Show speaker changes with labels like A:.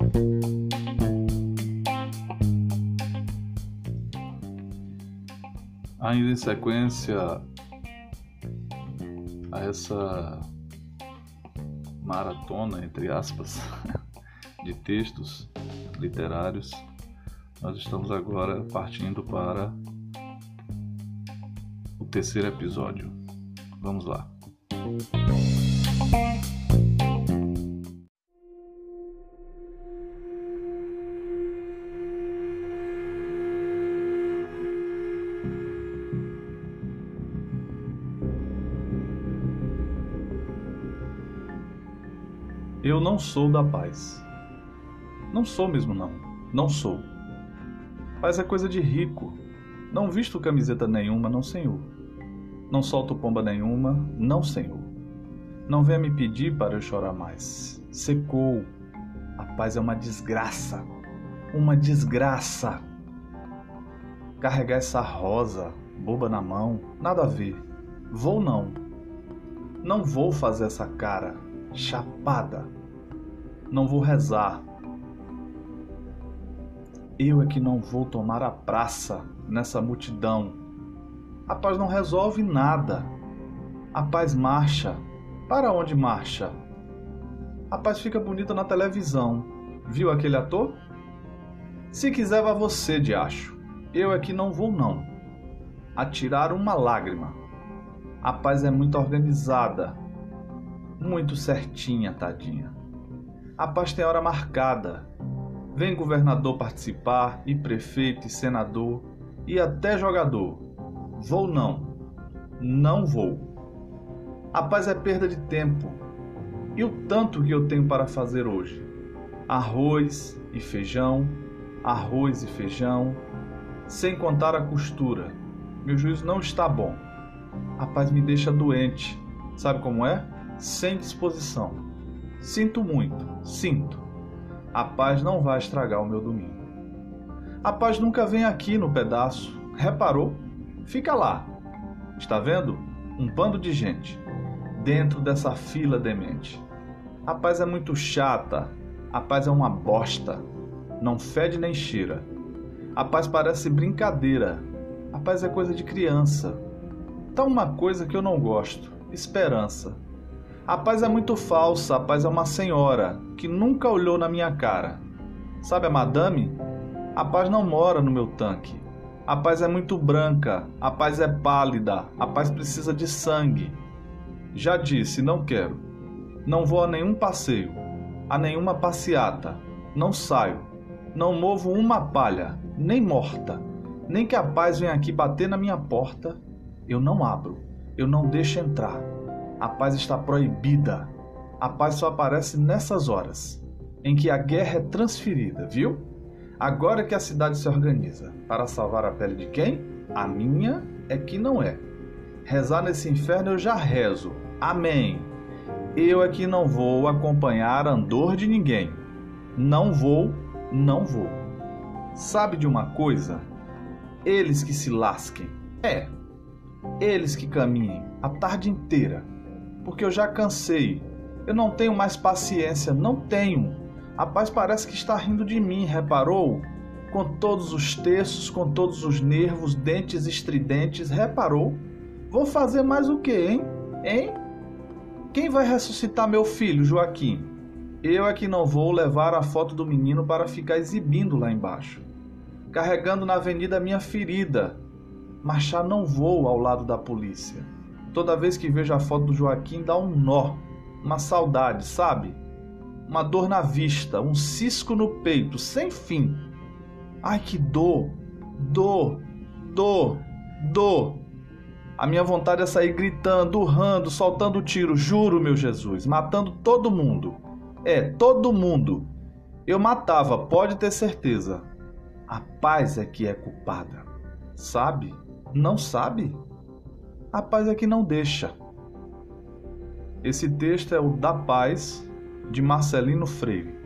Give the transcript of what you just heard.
A: Ainda em sequência a essa maratona, entre aspas, de textos literários, nós estamos agora partindo para o terceiro episódio. Vamos lá. Eu não sou da paz. Não sou mesmo, não. Não sou. Paz é coisa de rico. Não visto camiseta nenhuma, não, senhor. Não solto pomba nenhuma, não, senhor. Não venha me pedir para eu chorar mais. Secou. A paz é uma desgraça. Uma desgraça. Carregar essa rosa boba na mão, nada a ver. Vou não. Não vou fazer essa cara chapada. Não vou rezar. Eu é que não vou tomar a praça nessa multidão. A paz não resolve nada. A paz marcha. Para onde marcha? A paz fica bonita na televisão. Viu aquele ator? Se quiser vá você, diacho. Eu é que não vou não. Atirar uma lágrima. A paz é muito organizada. Muito certinha, tadinha. A paz tem hora marcada. Vem governador participar, e prefeito, e senador, e até jogador. Vou não. Não vou. A paz é perda de tempo. E o tanto que eu tenho para fazer hoje? Arroz e feijão, sem contar a costura. Meu juízo não está bom. A paz me deixa doente. Sabe como é? Sem disposição. Sinto muito, sinto. A paz não vai estragar o meu domingo. A paz nunca vem aqui no pedaço. Reparou? Fica lá. Está vendo? Um bando de gente dentro dessa fila demente. A paz é muito chata. A paz é uma bosta. Não fede nem cheira. A paz parece brincadeira. A paz é coisa de criança. Tá uma coisa que eu não gosto. Esperança. A paz é muito falsa, a paz é uma senhora que nunca olhou na minha cara. Sabe a madame? A paz não mora no meu tanque. A paz é muito branca, a paz é pálida, a paz precisa de sangue. Já disse, não quero. Não vou a nenhum passeio, a nenhuma passeata. Não saio, não movo uma palha, nem morta. Nem que a paz venha aqui bater na minha porta. Eu não abro, eu não deixo entrar. A paz está proibida. A paz só aparece nessas horas, em que a guerra é transferida, viu? Agora que a cidade se organiza para salvar a pele de quem? A minha é que não é. Rezar nesse inferno eu já rezo. Amém. Eu é que não vou acompanhar andor de ninguém. Não vou, não vou. Sabe de uma coisa? Eles que se lasquem. Eles que caminhem a tarde inteira. Porque eu já cansei. Eu não tenho mais paciência, não tenho. A paz parece que está rindo de mim, reparou? Com todos os terços, com todos os nervos, dentes estridentes, reparou? Vou fazer mais o quê, hein? Quem vai ressuscitar meu filho, Joaquim? Eu é que não vou levar a foto do menino para ficar exibindo lá embaixo. Carregando na avenida minha ferida. Marchar não vou ao lado da polícia. Toda vez que vejo a foto do Joaquim dá um nó, uma saudade, sabe? Uma dor na vista, um cisco no peito, sem fim. Ai, que dor, dor, dor, dor. A minha vontade é sair gritando, urrando, soltando tiro, juro, meu Jesus, matando todo mundo. Todo mundo. Eu matava, pode ter certeza. A paz é que é culpada. Sabe? Não sabe? A paz é que não deixa. Esse texto é o Da Paz, de Marcelino Freire.